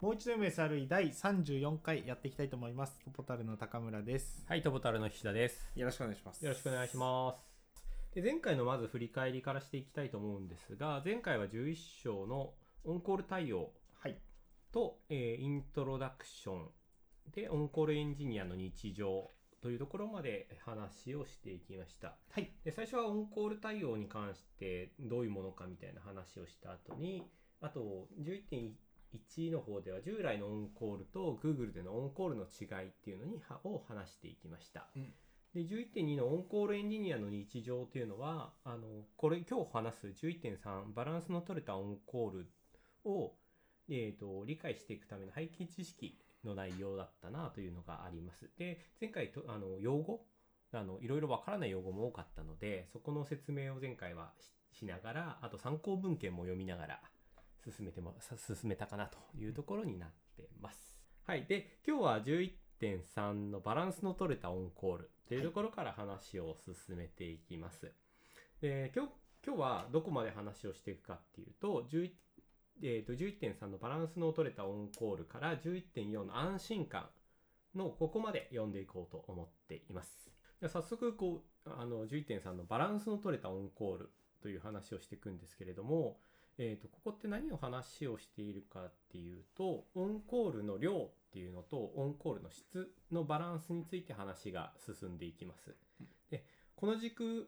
もう一度 MSRE 第34回やっていきたいと思います。トポタルの高村です。 はい、トポタルの菱田です。 よろしくお願いします。 よろしくお願いします。で、前回のまず振り返りからしていきたいと思うんですが、前回は11章のオンコール対応と、イントロダクションでオンコールエンジニアの日常というところまで話をしていきました。 はい。 で、最初はオンコール対応に関してどういうものかみたいな話をした後に、あと 11.1 の方では従来のオンコールと Google でのオンコールの違いっていうのを話していきました。で 11.2 のオンコールエンジニアの日常というのはこれ今日話す 11.3 バランスの取れたオンコールを、理解していくための背景知識の内容だったなというのがあります。で前回用語いろいろわからない用語も多かったので、そこの説明を前回は しながら、あと参考文献も読みながら進めたかなというところになってます。はい。で今日は 11.3 のバランスの取れたオンコールというところから話を進めていきます。で今日はどこまで話をしていくかっていうと、11.3 のバランスの取れたオンコールから 11.4 の安心感のここまで読んでいこうと思っています。じゃあ早速11.3 のバランスの取れたオンコールという話をしていくんですけれども、ここって何を話をしているかっていうと、オンコールの量っていうのとオンコールの質のバランスについて話が進んでいきます。でこの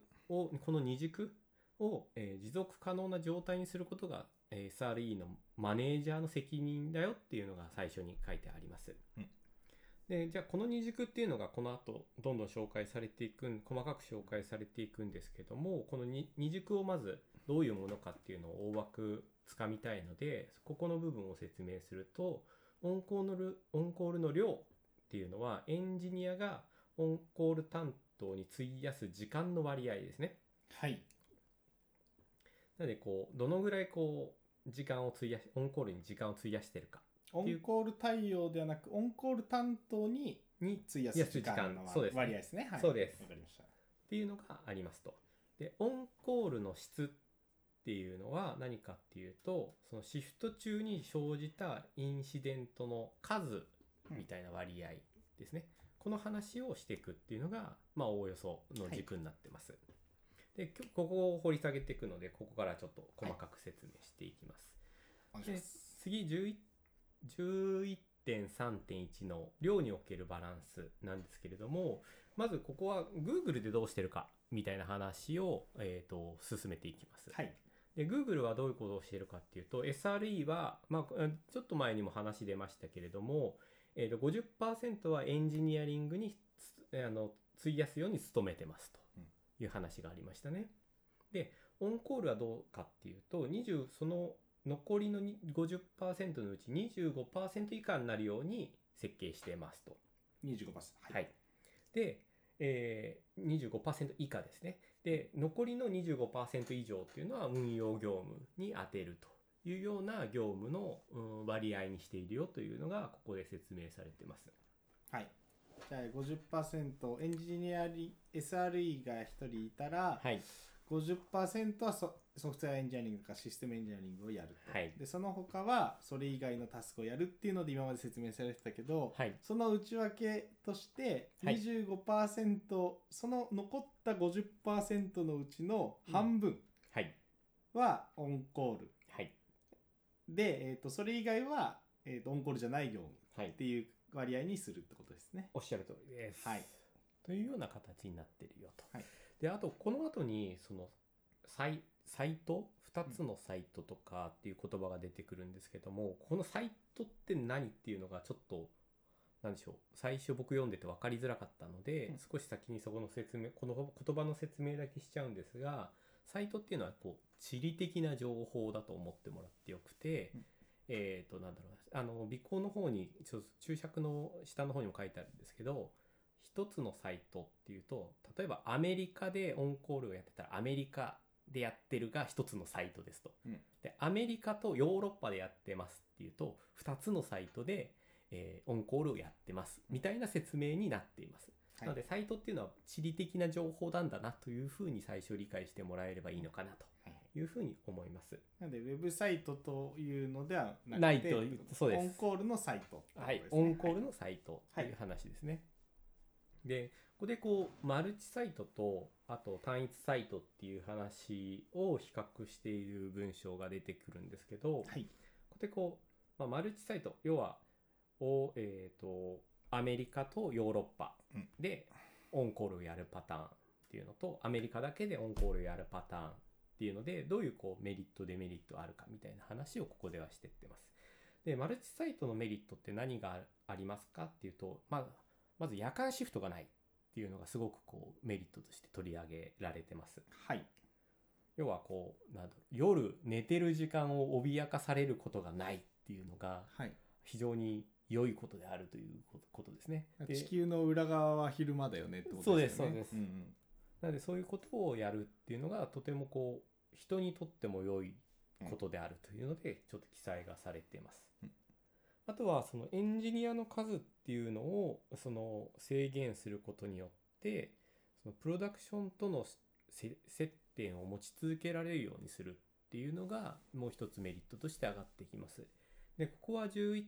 2軸を、持続可能な状態にすることが SRE のマネージャーの責任だよっていうのが最初に書いてあります。でじゃあこの2軸っていうのがこの後どんどん細かく紹介されていくんですけども、この 2軸をまずどういうものかっていうのを大枠つかみたいので、ここの部分を説明すると、オンコールの量っていうのはエンジニアがオンコール担当に費やす時間の割合ですね。 はい。 なのでどのぐらいオンコールに時間を費やしてるか。 オンコール対応ではなく、オンコール担当に費やす時間の割合ですね。はい。 そうです。 わかりました。 っていうのがありますと。で、オンコールの質っていうのは何かっていうと、そのシフト中に生じたインシデントの数みたいな割合ですね。この話をしていくっていうのが、おおよその軸になってます。で、ここを掘り下げていくので、ここからちょっと細かく説明していきます。で次、11.3.1 の量におけるバランスなんですけれども、まずここは Google でどうしてるかみたいな話を、進めていきます。 はい。 で Google はどういうことをしているかっていうと、 SRE は、ちょっと前にも話出ましたけれども、50% はエンジニアリングに費やすように努めてますという話がありましたね。でオンコールはどうかっていうと、その残りの 50% のうち 25% 以下になるように設計してますと。 25%。 はい。で、25% 以下ですね。で、残りの 25% 以上っていうのは運用業務に当てるというような業務の割合にしているよというのがここで説明されてます。 はい。じゃあ 50% エンジニアSRE が1人いたら、 はい、 50% はソフトウェアエンジニアリングかシステムエンジニアリングをやると、 はい、 でその他はそれ以外のタスクをやるっていうので今まで説明されてたけど、 はい、 その内訳として25%、その残った 50% のうちの半分はオンコール、で、それ以外は、オンコールじゃない業務っていう割合にするってことですね。 おっしゃる通りです。 はい。 というような形になってるよと。 はい。 であとこの後にそのサイト2つのサイトとかっていう言葉が出てくるんですけども、このサイトって何っていうのがちょっと何でしょう、最初僕読んでて分かりづらかったので、少し先にそこの説明、この言葉の説明だけしちゃうんですが、サイトっていうのは地理的な情報だと思ってもらってよくて、なんだろう、尾行の方に注釈の下の方にも書いてあるんですけど、一つのサイトっていうと、例えばアメリカでオンコールをやってたらアメリカでやってるが一つのサイトですと、でアメリカとヨーロッパでやってますっていうと2つのサイトで、オンコールをやってますみたいな説明になっています。なのでサイトっていうのは地理的な情報なんだなというふうに最初理解してもらえればいいのかなというふうに思います。 なのでウェブサイトというのではなないくて、 と、そうです。 オンコールのサイト、 はい、オンコールのサイトという話ですね。で、ここでマルチサイトとあと単一サイトっていう話を比較している文章が出てくるんですけど、 はい、 ここでマルチサイト、要はアメリカとヨーロッパでオンコールをやるパターンっていうのと、アメリカだけでオンコールをやるパターンっていうので、どういうメリットデメリットあるかみたいな話をここではしてってます。で、マルチサイトのメリットって何がありますかっていうと、まず夜間シフトがないっていうのがすごくメリットとして取り上げられてます。 はい。 要は夜寝てる時間を脅かされることがないっていうのが非常に良いことであるということですね。 地球の裏側は昼間だよねってことですよね。 そうです、そうです。なのでそういうことをやるっていうのがとても人にとっても良いことであるというのでちょっと記載がされています。あとはそのエンジニアの数っていうのを制限することによってそのプロダクションとの接点を持ち続けられるようにするっていうのがもう一つメリットとして上がってきます。で、ここは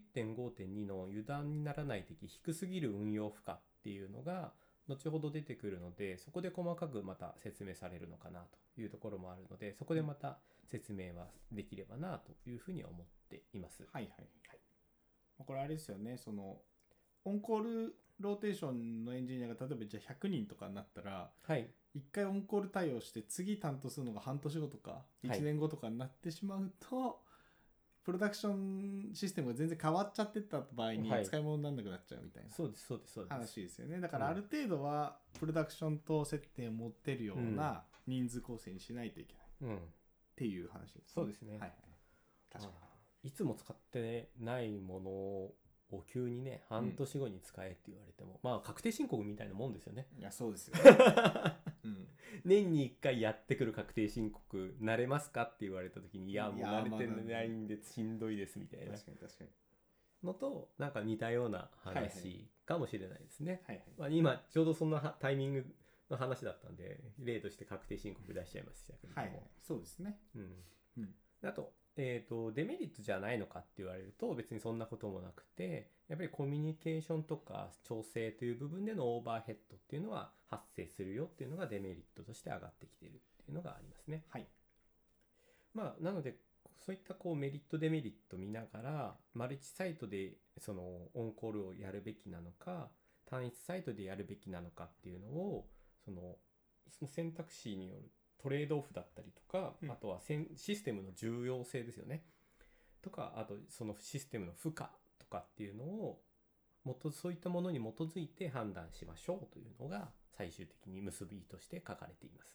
11.5.2 の油断にならない的低すぎる運用負荷っていうのが後ほど出てくるので、そこで細かくまた説明されるのかなというところもあるので、そこでまた説明はできればなというふうには思っています。 はいはい、はい。これあれですよね、オンコールローテーションのエンジニアが例えばじゃあ100人とかになったら、 はい、 1回オンコール対応して次担当するのが半年後とか1年後とかになってしまうと、プロダクションシステムが全然変わっちゃってった場合に使い物にならなくなっちゃうみたいな話ですよね。だからある程度はプロダクションと接点を持ってるような人数構成にしないといけない、っていう話ですね。 そうですね。 はいはい、確かに。 いつも使ってないものを急にね半年後に使えって言われても、確定申告みたいなもんですよね。 いやそうですよ、 年に1回やってくる確定申告慣れますかって言われた時に、いやもう慣れてないんでしんどいですみたいなのとなんか似たような話かもしれないですね。今ちょうどそんなタイミングの話だったんで例として確定申告出しちゃいましたけども、 そうですね。 あとデメリットじゃないのかって言われると別にそんなこともなくて、やっぱりコミュニケーションとか調整という部分でのオーバーヘッドっていうのは発生するよっていうのがデメリットとして上がってきているっていうのがありますね。なのでそういったメリットデメリット見ながらマルチサイトでそのオンコールをやるべきなのか単一サイトでやるべきなのかっていうのをその選択肢によるトレードオフだったりとか、あとはシステムの重要性ですよねとか、あとそのシステムの負荷とかっていうのをそういったものに基づいて判断しましょうというのが最終的に結びとして書かれています。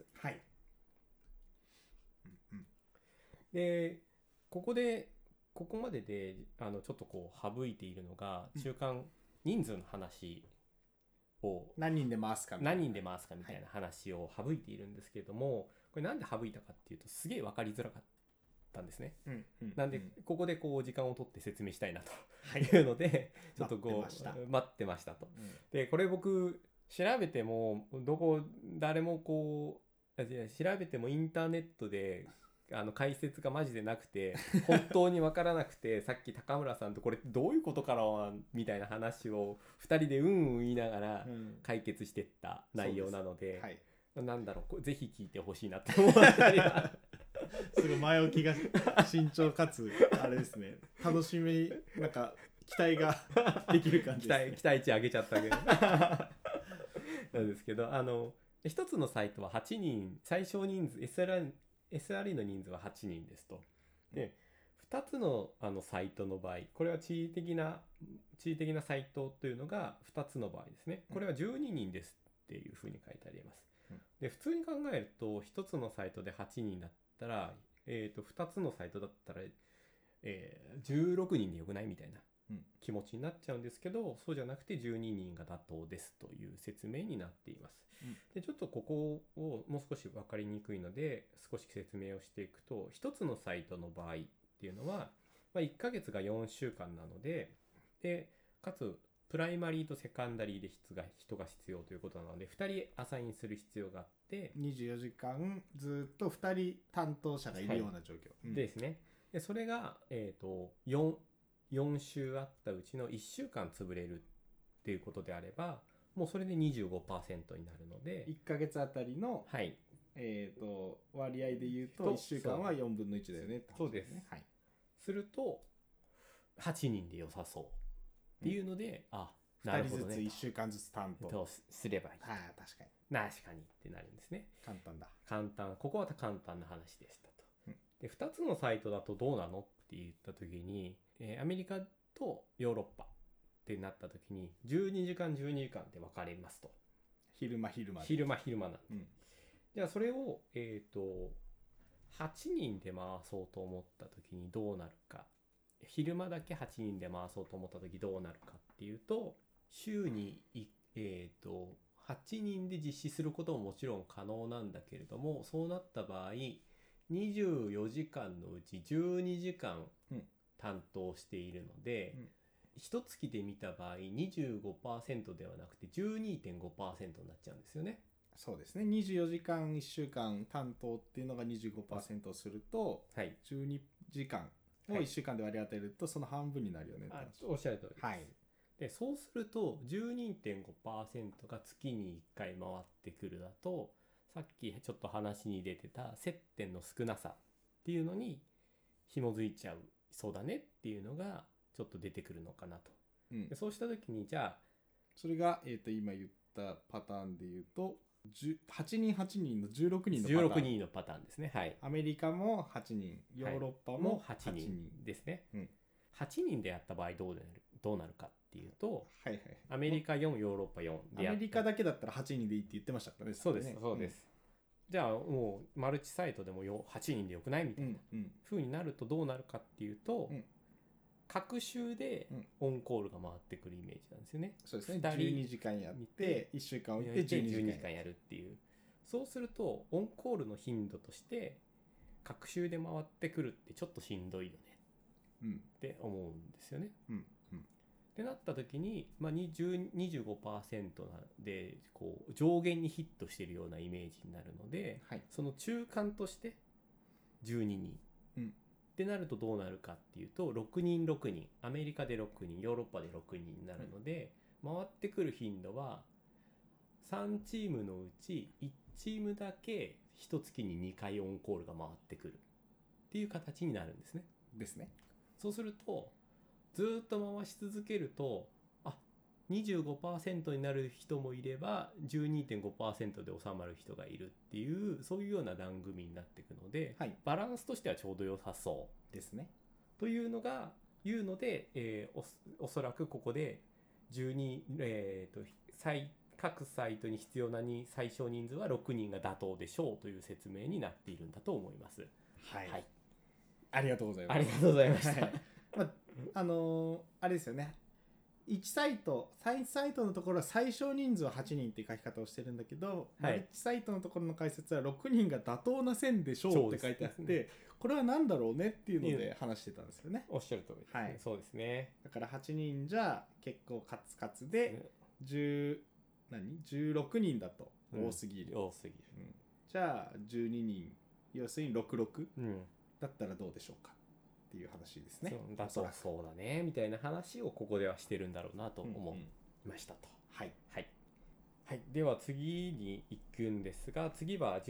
でここまででちょっと省いているのが中間人数の話を何人で回すかみたいな話を省いているんですけれども、これなんで省いたかっていうとすげえ分かりづらかったんですね。なんでここで時間を取って説明したいなというので、ちょっと待ってましたと。でこれ僕調べても誰も調べてもインターネットで解説がマジでなくて本当に分からなくてさっき高村さんとこれどういうことかなみたいな話を2人で言いながら解決していった内容なので、なんだろうぜひ聞いてほしいなと思ったりはすごい前置きが慎重かつあれですね、楽しみなんか期待ができる感じですね。 期待値上げちゃったけどなんですけど一つのサイトは8人最小人数SRE の人数は8人ですと。で2つのサイトの場合、これは地理的なサイトというのが2つの場合ですね。これは12人ですっていうふうに書いてあります。で普通に考えると1つのサイトで8人だったら、2つのサイトだったら、16人でよくないみたいな気持ちになっちゃうんですけど、そうじゃなくて12人が妥当ですという説明になっています。でちょっとここをもう少し分かりにくいので少し説明をしていくと、1つのサイトの場合っていうのは、1ヶ月が4週間なので、かつプライマリーとセカンダリーで人が必要ということなので2人アサインする必要があって、 24時間ずっと2人担当者がいるような状況、 ですね。でそれが、4週あったうちの1週間潰れるっていうことであれば、もうそれで 25% になるので、 1ヶ月あたりの、 はい、 割合で言うと1週間は4分の1だよねって話ですね。 そうです、 はい、 すると8人で良さそうっていうので、なるほどね、 2人ずつ1週間ずつ担当すればいい。 確かにってなるんですね。 簡単だ。 ここは簡単な話でしたと。で2つのサイトだとどうなのって言った時に、アメリカとヨーロッパってなった時に12時間12時間で分かれますと。 昼間なんで、じゃあそれを8人で回そうと思った時にどうなるか。昼間だけ8人で回そうと思った時どうなるかっていうと、週に8人で実施することももちろん可能なんだけれども、そうなった場合24時間のうち12時間担当しているので、一月で見た場合 25% ではなくて 12.5% になっちゃうんですよね。 そうですね。24時間1週間担当っていうのが 25% をすると、12時間を1週間で割り当てるとその半分になるよね。 おっしゃる通りです。 はい。 でそうすると 12.5% が月に1回回ってくるだと、さっきちょっと話に出てた接点の少なさっていうのに紐づいちゃうそうだねっていうのがちょっと出てくるのかなと。でそうした時にじゃあそれが、今言ったパターンで言うと8人8人の16人のパターン。 16人のパターンですね。はい。 アメリカも8人、ヨーロッパも8人ですね。8人でやった場合どうなるかっていうと、 はいアメリカ4、ヨーロッパ4でアメリカだけだったら8人でいいって言ってましたからね。 そうです、そうです。じゃあもうマルチサイトでも8人でよくないみたいな風になるとどうなるかっていうと、各週でオンコールが回ってくるイメージなんですよね。 そうですね。12時間やって1週間置いて12時間やるっていう。そうするとオンコールの頻度として各週で回ってくるってちょっとしんどいよねって思うんですよね。ってなった時に、25% でこう上限にヒットしているようなイメージになるので、その中間として12人、ってなるとどうなるかっていうと、6人6人、アメリカで6人、ヨーロッパで6人になるので、回ってくる頻度は3チームのうち1チームだけ1月に2回オンコールが回ってくるっていう形になるんですね。そうするとずっと回し続けると、25% になる人もいれば 12.5% で収まる人がいるっていう、そういうような段組になっていくので、バランスとしてはちょうど良さそうですねというので、おそらくここで各サイトに必要な最小人数は6人が妥当でしょうという説明になっているんだと思います。 ありがとうございます。 ありがとうございました。 あれですよね。1サイトのところは最小人数は8人っていう書き方をしてるんだけど、マルチサイトのところの解説は6人が妥当な線でしょうって書いてあって、これは何だろうねっていうので話してたんですよね。 おっしゃる通りですね。そうですね。 だから8人じゃ結構カツカツで16人だと多すぎる。じゃあ12人、要するに66、だったらどうでしょうかっていう話ですね。 そうだねみたいな話をここではしてるんだろうなと思いましたと。では次に行くんですが、次は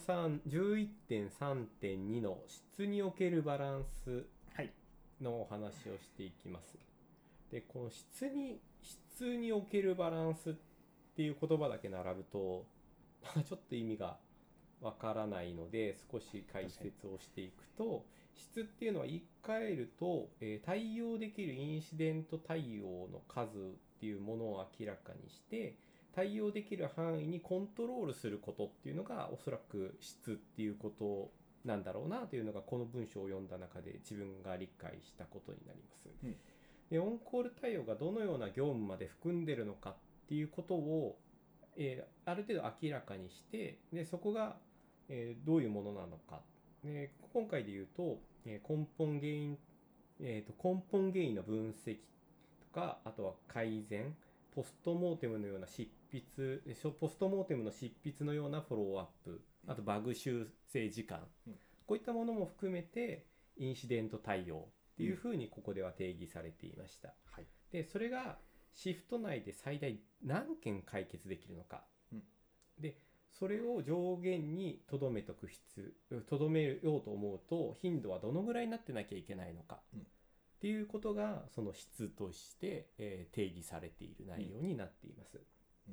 11.3.2 の質におけるバランスのお話をしていきます。でこの質におけるバランスっていう言葉だけ並ぶとちょっと意味がわからないので、少し解説をしていくと、質っていうのは言い換えると、対応できるインシデント対応の数っていうものを明らかにして対応できる範囲にコントロールすることっていうのがおそらく質っていうことなんだろうなというのがこの文章を読んだ中で自分が理解したことになります。でオンコール対応がどのような業務まで含んでるのかっていうことを、ある程度明らかにして、でそこが、どういうものなのか、今回で言うと、根本原因の分析とか、あとは改善ポストモーテムのような執筆、ポストモーテムの執筆のようなフォローアップ、あとバグ修正時間、こういったものも含めてインシデント対応っていうふうにここでは定義されていました。 はい、 でそれがシフト内で最大何件解決できるのか、でそれを上限にとどめようと思うと頻度はどのぐらいになってなきゃいけないのか、っていうことがその質として、定義されている内容になっています。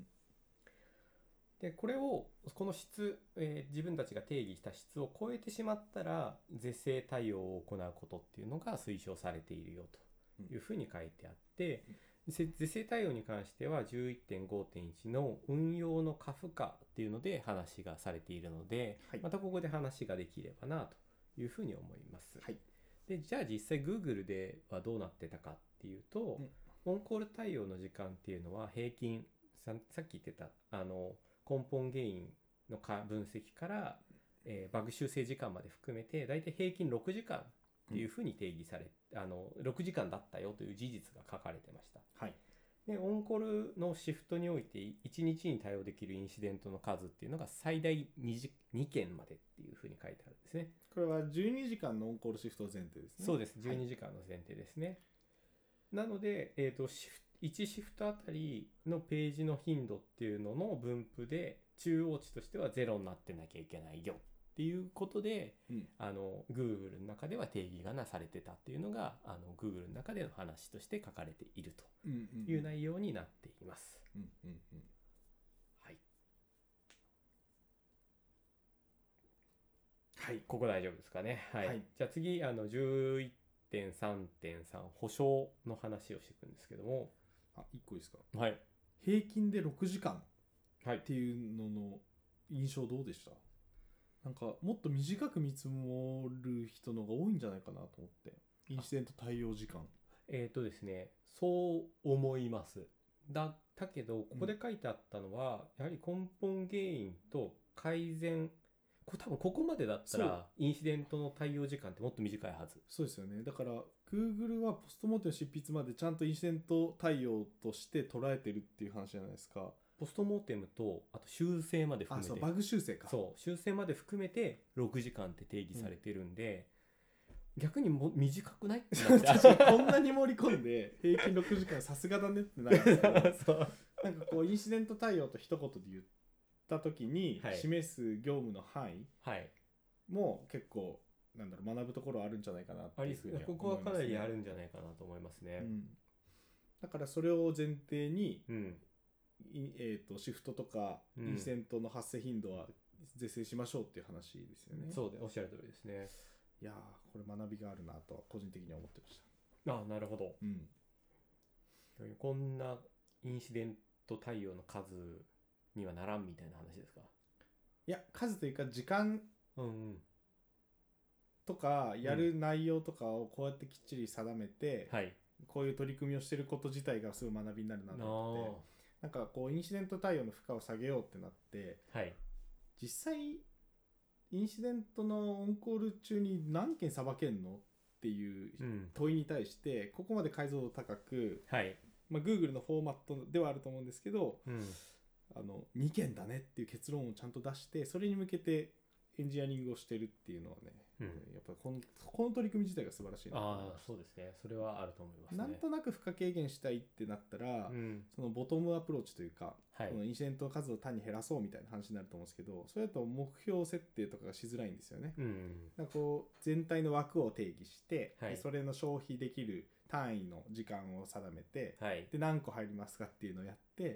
でこの質、自分たちが定義した質を超えてしまったら是正対応を行うことっていうのが推奨されているよというふうに書いてあって、是正対応に関しては 11.5.1 の運用の過負荷っていうので話がされているので、またここで話ができればなというふうに思います。でじゃあ実際 Google ではどうなってたかっていうと、オンコール対応の時間っていうのは平均さっき言ってた根本原因の分析から、バグ修正時間まで含めてだいたい平均6時間っていうふうに定義され、6時間だったよという事実が書かれてました。でオンコールのシフトにおいて1日に対応できるインシデントの数っていうのが最大 2件までっていうふうに書いてあるんですね。 これは12時間のオンコールシフト前提ですね。 そうです、12時間の前提ですね。なので、1シフトあたりのページの頻度っていうのの分布で中央値としては0になってなきゃいけないよっていうことで、Google の中では定義がなされてたっていうのがGoogle の中での話として書かれているという内容になっています。はい、ここ大丈夫ですかね。じゃあ次11.3.3 保証の話をしていくんですけども、 1個いいですか。 平均で6時間っていうのの印象どうでした？なんかもっと短く見積もる人の方が多いんじゃないかなと思って。インシデント対応時間。 ですね、そう思います。だけどここで書いてあったのは、やはり根本原因と改善、多分ここまでだったらインシデントの対応時間ってもっと短いはず。 そうですよね。だから Google はポストモーテム執筆までちゃんとインシデント対応として捉えてるっていう話じゃないですか。 ポストモーテムとあと修正まで含めて、 そうバグ修正か、 そう修正まで含めて6時間って定義されてるんで、逆に短くないってなってこんなに盛り込んで平均6時間さすがだねってなるんですけどそうなんかこうインシデント対応と一言で言った時に示す業務の範囲も結構学ぶところあるんじゃないかなっていうふうには思いますね。 ここはかなりあるんじゃないかなと思いますね。 だからそれを前提に、シフトとかインシデントの発生頻度は是正しましょうっていう話ですよね。 そうでおっしゃる通りですね。 いやこれ学びがあるなとは個人的には思ってました。 なるほど、こんなインシデント対応の数にはならんみたいな話ですか？ いや数というか時間とかやる内容とかをこうやってきっちり定めて、こういう取り組みをしてること自体がすごい学びになるなと思って、なんかこうインシデント対応の負荷を下げようってなって、実際インシデントのオンコール中に何件さばけんのっていう問いに対して、ここまで解像度高く、Google のフォーマットではあると思うんですけど、2件だねっていう結論をちゃんと出して、それに向けてエンジニアリングをしてるっていうのはね、やっぱりこの取り組み自体が素晴らしいなと思いました。 そうですね、それはあると思いますね。 なんとなく負荷軽減したいってなったら、そのボトムアプローチというか、このインシデントの数を単に減らそうみたいな話になると思うんですけど、それだと目標設定とかがしづらいんですよね。なんかこう全体の枠を定義して、それの消費できる単位の時間を定めて、で何個入りますかっていうのをやって、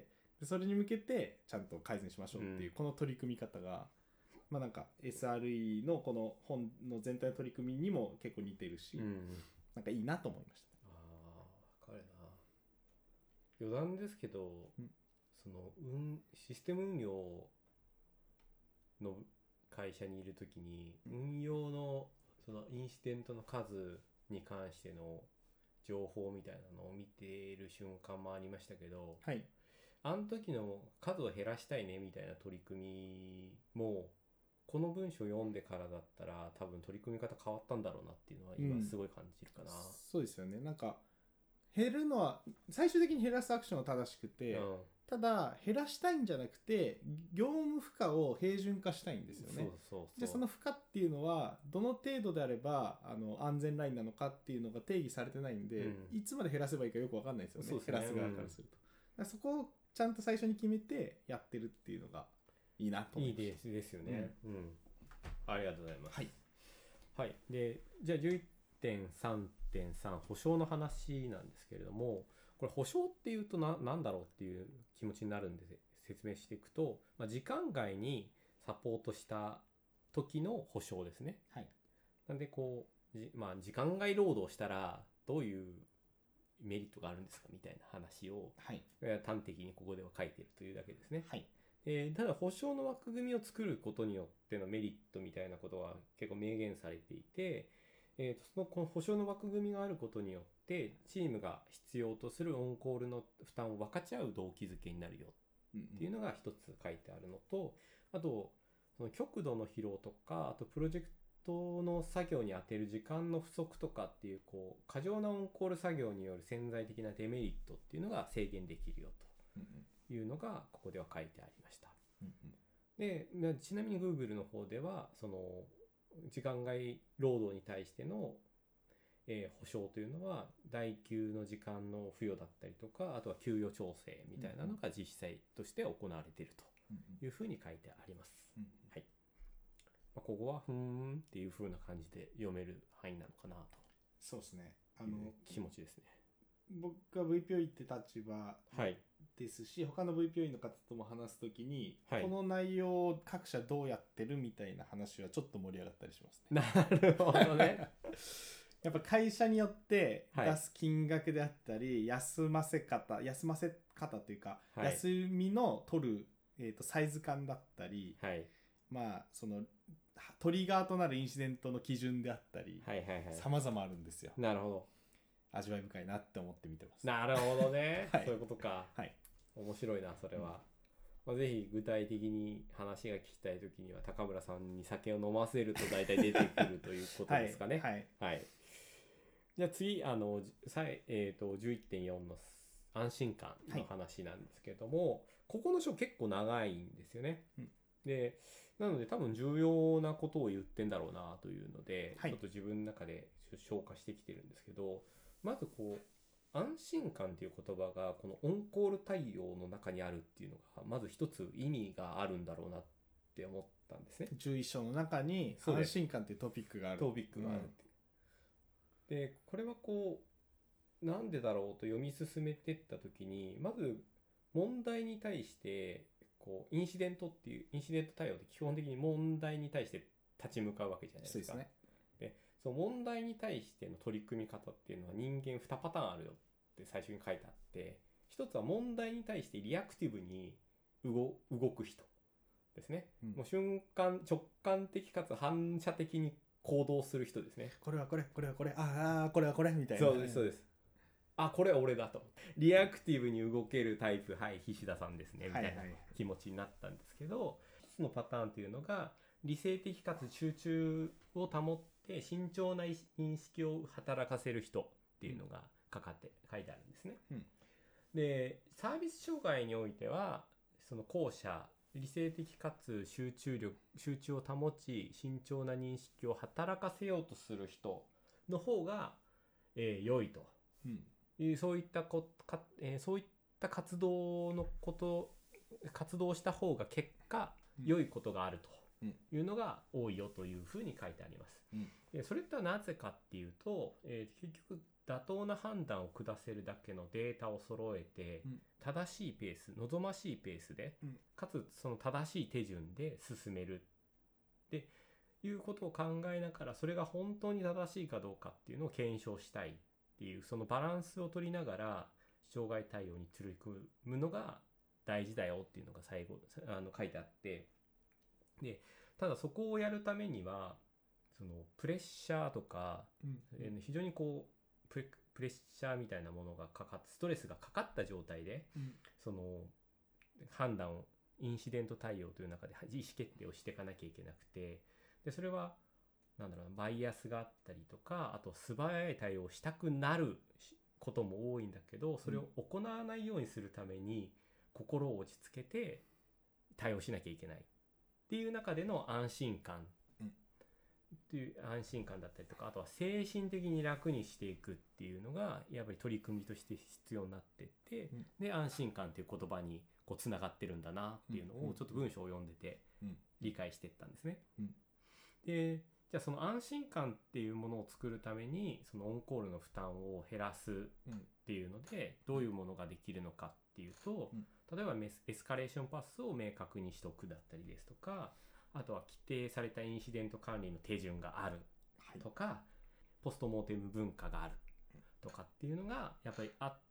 でそれに向けてちゃんと改善しましょうっていう、この取り組み方がなんか SRE のこの本の全体の取り組みにも結構似てるし、なんかいいなと思いました。 分かるな。余談ですけど、そのシステム運用の会社にいるときに、運用のそのインシデントの数に関しての情報みたいなのを見ている瞬間もありましたけど、あの時の数を減らしたいねみたいな取り組みもこの文章を読んでからだったら多分取り組み方変わったんだろうなっていうのは今すごい感じるかな。 そうですよね。なんか減るのは最終的に減らすアクションは正しくて、ただ減らしたいんじゃなくて業務負荷を平準化したいんですよね。でその負荷っていうのはどの程度であれば安全ラインなのかっていうのが定義されてないんで、いつまで減らせばいいかよく分かんないですよね、減らす側からすると。だからそこをちゃんと最初に決めてやってるっていうのがいいなと思います。 いいですよね、ありがとうございます。はい、でじゃあ 11.3.3 保証の話なんですけれども、これ保証っていうとなんだろうっていう気持ちになるんで説明していくと、時間外にサポートした時の保証ですね。なんで時間外労働したらどういうメリットがあるんですかみたいな話を、端的にここでは書いているというだけですね。ただ保証の枠組みを作ることによってのメリットみたいなことは結構明言されていて、この保証の枠組みがあることによってチームが必要とするオンコールの負担を分かち合う動機づけになるよっていうのが一つ書いてあるのと、あとその極度の疲労とか、あとプロジェクトの作業に充てる時間の不足とかっていう過剰なオンコール作業による潜在的なデメリットっていうのが制限できるよというのがここでは書いてありました。でちなみに Google の方ではその時間外労働に対しての、保証というのは代給の時間の付与だったりとか、あとは給与調整みたいなのが実際として行われているというふうに書いてあります。ここはふーんっていう風な感じで読める範囲なのかなと。 そうですね。 気持ちですね。 僕が VPO って立場ですし、他の VPO の方とも話すときに、この内容を各社どうやってるみたいな話はちょっと盛り上がったりしますね。 なるほどね。 やっぱ会社によって出す金額であったり、休ませ方というか、休みの取る、サイズ感だったり、そのトリガーとなるインシデントの基準であったり、様々あるんですよ。 なるほど。 味わい深いなって思って見てます。 なるほどね。そういうことか。面白いな、それは。ぜひ具体的に話が聞きたいときには高村さんに酒を飲ませると大体出てくるということですかね。じゃあ次、11.4 の安心感の話なんですけれども、ここの章結構長いんですよね。でなので多分重要なことを言ってんだろうなというので、ちょっと自分の中で消化してきてるんですけど、まず安心感という言葉がこのオンコール対応の中にあるっていうのがまず一つ意味があるんだろうなって思ったんですね。 11章の中に安心感というトピックがある。 でこれはなんでだろうと読み進めていった時に、まず問題に対してインシデント対応って基本的に問題に対して立ち向かうわけじゃないですか。そうですね。でその問題に対しての取り組み方っていうのは人間2パターンあるよって最初に書いてあって、一つは問題に対してリアクティブに動く人ですね。もう直感的かつ反射的に行動する人ですね。 これはこれ、これはこれ、これはこれみたいな。 そうですそうです。これは俺だと。リアクティブに動けるタイプ、菱田さんですねみたいな気持ちになったんですけど、一つのパターンというのが理性的かつ集中を保って慎重な認識を働かせる人っていうのが書いてあるんですね。でサービス障害においてはその後者、理性的かつ集中を保ち慎重な認識を働かせようとする人の方が、良いと。そういった活動した方が結果良いことがあるというのが多いよというふうに書いてあります。でそれってなぜかっていうと、結局妥当な判断を下せるだけのデータを揃えて、正しいペース、望ましいペースで、かつその正しい手順で進めるっていうことを考えながら、それが本当に正しいかどうかっていうのを検証したいっていう、そのバランスを取りながら障害対応に取り組むのが大事だよっていうのが最後書いてあって、でただそこをやるためにはそのプレッシャーとか、非常にプレッシャーみたいなものがストレスがかかった状態で、その判断をインシデント対応という中で意思決定をしていかなきゃいけなくて、でそれはバイアスがあったりとか、あと素早い対応をしたくなることも多いんだけど、それを行わないようにするために心を落ち着けて対応しなきゃいけないっていう中での安心感っていう安心感だったりとか、あとは精神的に楽にしていくっていうのがやっぱり取り組みとして必要になってって、で安心感っていう言葉にこうつながってるんだなっていうのをちょっと文章を読んでて理解していったんですね。でじゃあその安心感っていうものを作るためにそのオンコールの負担を減らすっていうのでどういうものができるのかっていうと、例えばエスカレーションパスを明確にしておくだったりですとか、あとは規定されたインシデント管理の手順があるとか、ポストモーテム文化があるとかっていうのがやっぱりあって、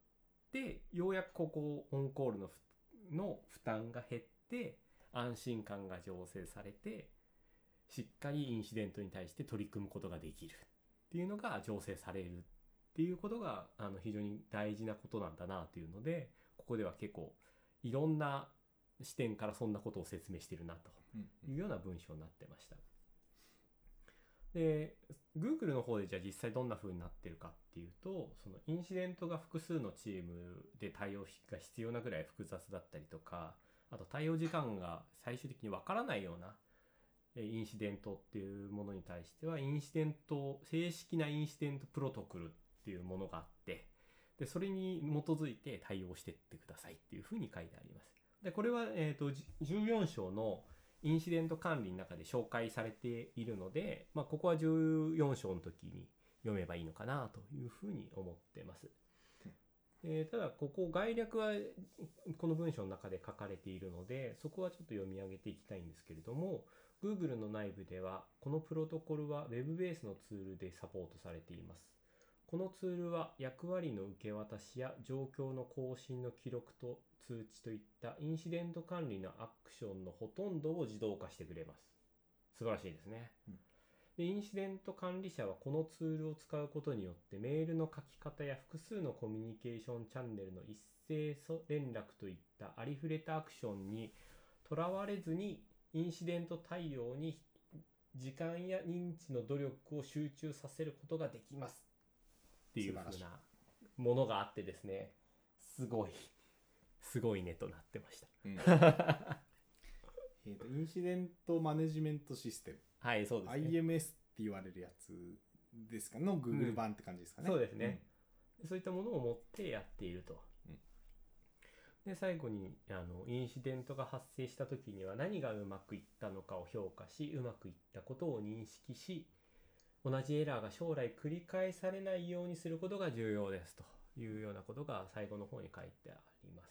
ようやくここオンコールの負担が減って安心感が醸成されて、しっかりインシデントに対して取り組むことができるっていうのが醸成されるっていうことが非常に大事なことなんだなというので、ここでは結構いろんな視点からそんなことを説明してるなというような文章になってました。で Google の方でじゃあ実際どんな風になってるかっていうと、そのインシデントが複数のチームで対応が必要なぐらい複雑だったりとか、あと対応時間が最終的にわからないようなインシデントっていうものに対しては正式なインシデントプロトコルっていうものがあって、でそれに基づいて対応していってくださいっていうふうに書いてあります。でこれは、14章のインシデント管理の中で紹介されているので、ここは14章の時に読めばいいのかなというふうに思ってます。ただここ概略はこの文章の中で書かれているので、そこはちょっと読み上げていきたいんですけれども、Google の内部ではこのプロトコルは Web ベースのツールでサポートされています。このツールは役割の受け渡しや状況の更新の記録と通知といったインシデント管理のアクションのほとんどを自動化してくれます。素晴らしいですね。でインシデント管理者はこのツールを使うことによってメールの書き方や複数のコミュニケーションチャンネルの一斉連絡といったありふれたアクションにとらわれずにインシデント対応に時間や認知の努力を集中させることができますっていう風なものがあってですね、すごいねとなってました。 インシデントマネジメントシステム、 はい、そうですね。 IMS って言われるやつですかの Google 版って感じですかね。 そうですね。そういったものを持ってやっていると。で最後にインシデントが発生した時には何がうまくいったのかを評価し、うまくいったことを認識し、同じエラーが将来繰り返されないようにすることが重要ですというようなことが最後の方に書いてあります。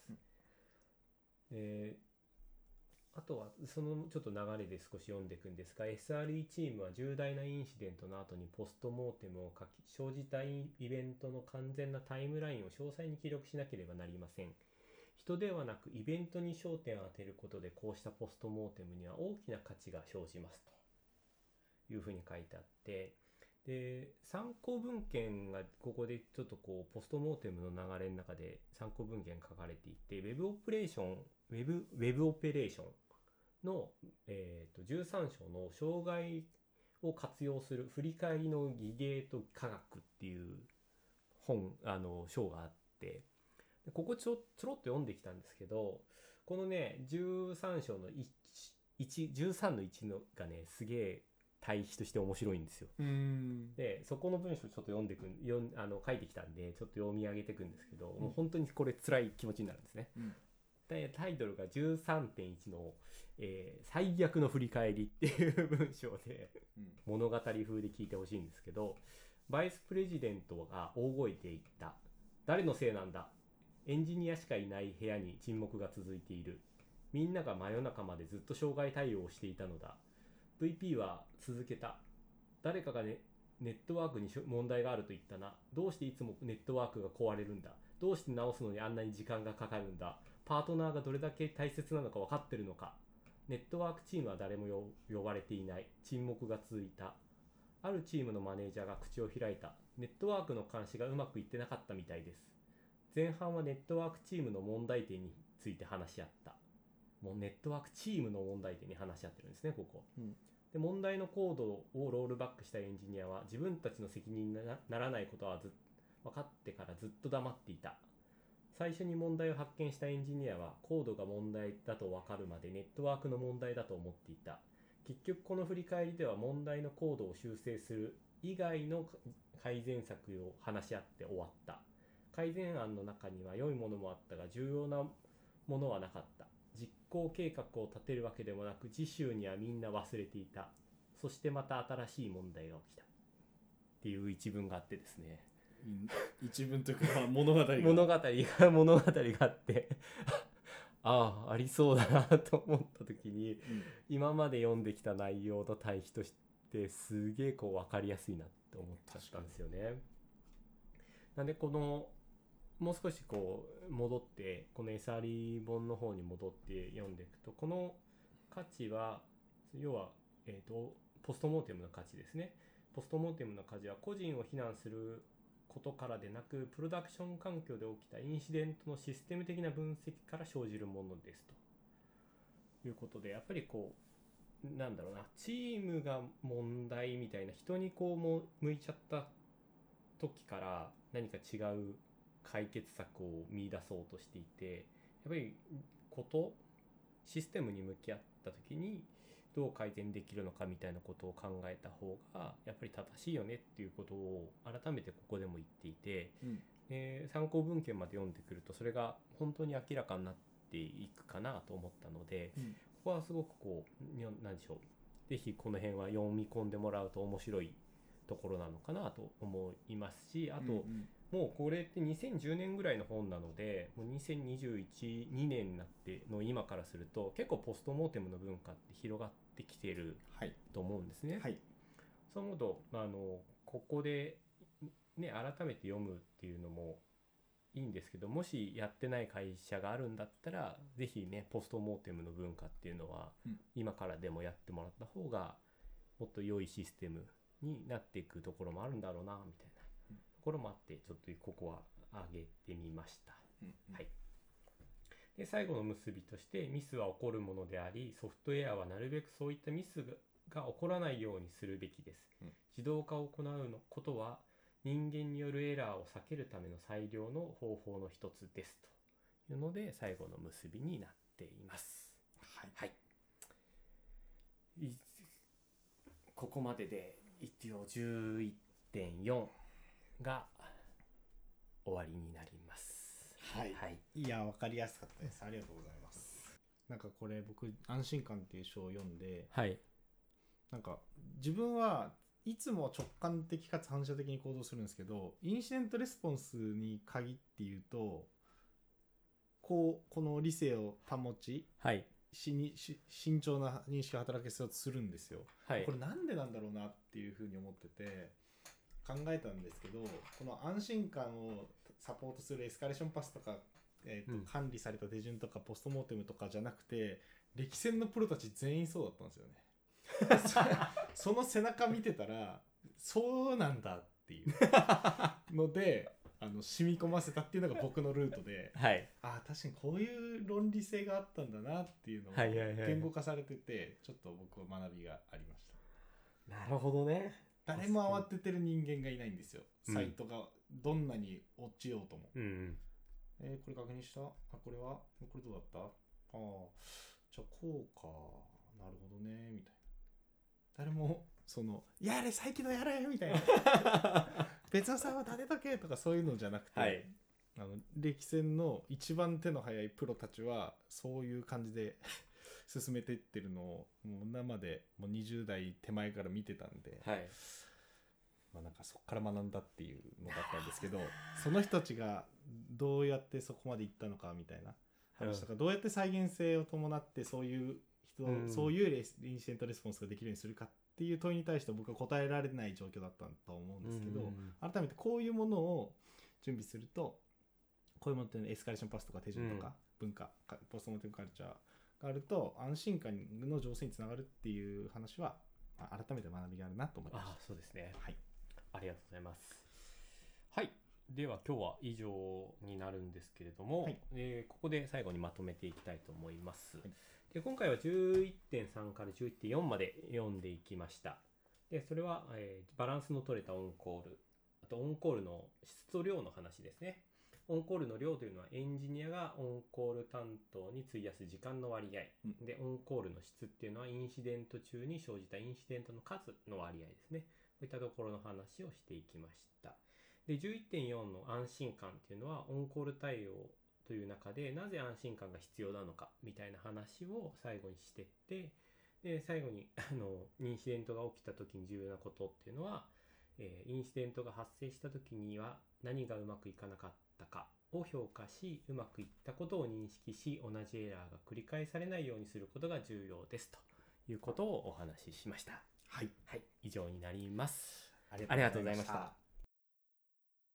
あとはそのちょっと流れで少し読んでいくんですが、 SRE チームは重大なインシデントの後にポストモーテムを書き、生じたイベントの完全なタイムラインを詳細に記録しなければなりません。人ではなくイベントに焦点を当てることで、こうしたポストモーテムには大きな価値が生じますというふうに書いてあって、で参考文献がここでちょっとこうポストモーテムの流れの中で参考文献書かれていて、ウェブオペレーションの、13章の障害を活用する振り返りの技芸と科学っていう章があって、ここちょろっと読んできたんですけど、このね13章の13の1のがねすげえ対比として面白いんですよ。でそこの文章ちょっと書いてきたんでちょっと読み上げていくんですけど、もう本当にこれ辛い気持ちになるんですね。でタイトルが 13.1 の、最悪の振り返りっていう文章で、物語風で聞いてほしいんですけど、バイスプレジデントが大声で言った。誰のせいなんだ。エンジニアしかいない部屋に沈黙が続いている。みんなが真夜中までずっと障害対応をしていたのだ。VP は続けた。誰かがネットワークに問題があると言ったな。どうしていつもネットワークが壊れるんだ。どうして直すのにあんなに時間がかかるんだ。パートナーがどれだけ大切なのか分かってるのか。ネットワークチームは誰も呼ばれていない。沈黙が続いた。あるチームのマネージャーが口を開いた。ネットワークの監視がうまくいってなかったみたいです。前半はネットワークチームの問題点について話し合った。もうネットワークチームの問題点に話し合ってるんですね、ここ。で問題のコードをロールバックしたエンジニアは自分たちの責任にならないことは分かってからずっと黙っていた。最初に問題を発見したエンジニアはコードが問題だと分かるまでネットワークの問題だと思っていた。結局この振り返りでは問題のコードを修正する以外の改善策を話し合って終わった。改善案の中には良いものもあったが重要なものはなかった。実行計画を立てるわけでもなく次週にはみんな忘れていた。そしてまた新しい問題が起きたっていう一文があってですね、 一文というか物語があってありそうだなと思った時に、今まで読んできた内容と対比としてすげえこう分かりやすいなって思っちゃったんですよね。なんでこのもう少しこう戻ってこの SRE 本の方に戻って読んでいくと、この価値は要は、ポストモーテムの価値ですね。ポストモーテムの価値は個人を非難することからでなく、プロダクション環境で起きたインシデントのシステム的な分析から生じるものですということで、やっぱりこうなんだろうな、チームが問題みたいな、人にこう向いちゃった時から何か違う解決策を見出そうとしていて、やっぱりシステムに向き合った時にどう改善できるのかみたいなことを考えた方がやっぱり正しいよねっていうことを改めてここでも言っていて、参考文献まで読んでくるとそれが本当に明らかになっていくかなと思ったので、ここはすごくこう何でしょう、ぜひこの辺は読み込んでもらうと面白いところなのかなと思いますし、あと、もうこれって2010年ぐらいの本なので、もう2021、2年になっての今からすると結構ポストモーテムの文化って広がってきてると思うんですね。そう思うとここで、ね、改めて読むっていうのもいいんですけど、もしやってない会社があるんだったらぜひね、ポストモーテムの文化っていうのは今からでもやってもらった方がもっと良いシステムになっていくところもあるんだろうなみたいなところもあって、ちょっとここは上げてみました。で最後の結びとして、ミスは起こるものであり、ソフトウェアはなるべくそういったミスが起こらないようにするべきです。自動化を行うことは人間によるエラーを避けるための最良の方法の一つですというので最後の結びになっています。ここまでで一応 11.4 が終わりになります。 いや、分かりやすかったです。ありがとうございます。なんかこれ僕安心感っていう書を読んで、なんか自分はいつも直感的かつ反射的に行動するんですけど、インシデントレスポンスに限って言うとこの理性を保ち、慎重な認識を働かせようとするんですよ。これなんでなんだろうなっていうふうに思ってて考えたんですけど、この安心感をサポートするエスカレーションパスとか、管理された手順とかポストモーテムとかじゃなくて、歴戦のプロたち全員そうだったんですよねその背中見てたらそうなんだっていうので染み込ませたっていうのが僕のルートで、確かにこういう論理性があったんだなっていうのを言語化されてて、ちょっと僕は学びがありました。 なるほどね。 誰も慌ててる人間がいないんですよ。サイトがどんなに落ちようとも。これ確認した？これどうだった？じゃあこうか。なるほどねみたいな。誰もやれ再起動やれみたいな別のサーバー立てとけとかそういうのじゃなくて、歴戦の一番手の早いプロたちはそういう感じで進めていってるのをもう生でもう20代手前から見てたんで、なんかそこから学んだっていうのだったんですけど、その人たちがどうやってそこまで行ったのかみたいな話とか、どうやって再現性を伴ってそういうそういうインシデントレスポンスができるようにするかっていう問いに対して僕は答えられない状況だったと思うんですけど、改めてこういうものを準備すると、こういうものってエスカレーションパスとか手順とか文化、ポストモーテムカルチャーがあると安心感の上昇につながるっていう話は改めて学びがあるなと思いました。 そうですね。ありがとうございます。では今日は以上になるんですけれども、ここで最後にまとめていきたいと思います。で今回は 11.3 から 11.4 まで読んでいきました。でそれは、バランスの取れたオンコール、 あとオンコールの質と量の話ですね。オンコールの量というのはエンジニアがオンコール担当に費やす時間の割合、でオンコールの質っていうのはインシデント中に生じたインシデントの数の割合ですね。こういったところの話をしていきました。で 11.4 の安心感っていうのはオンコール対応という中でなぜ安心感が必要なのかみたいな話を最後にしてって、で最後にインシデントが起きた時に重要なことっていうのは、インシデントが発生した時には何がうまくいかなかったかを評価し、うまくいったことを認識し、同じエラーが繰り返されないようにすることが重要ですということをお話ししました。 はい、 はい、以上になります。 ありがとうございました。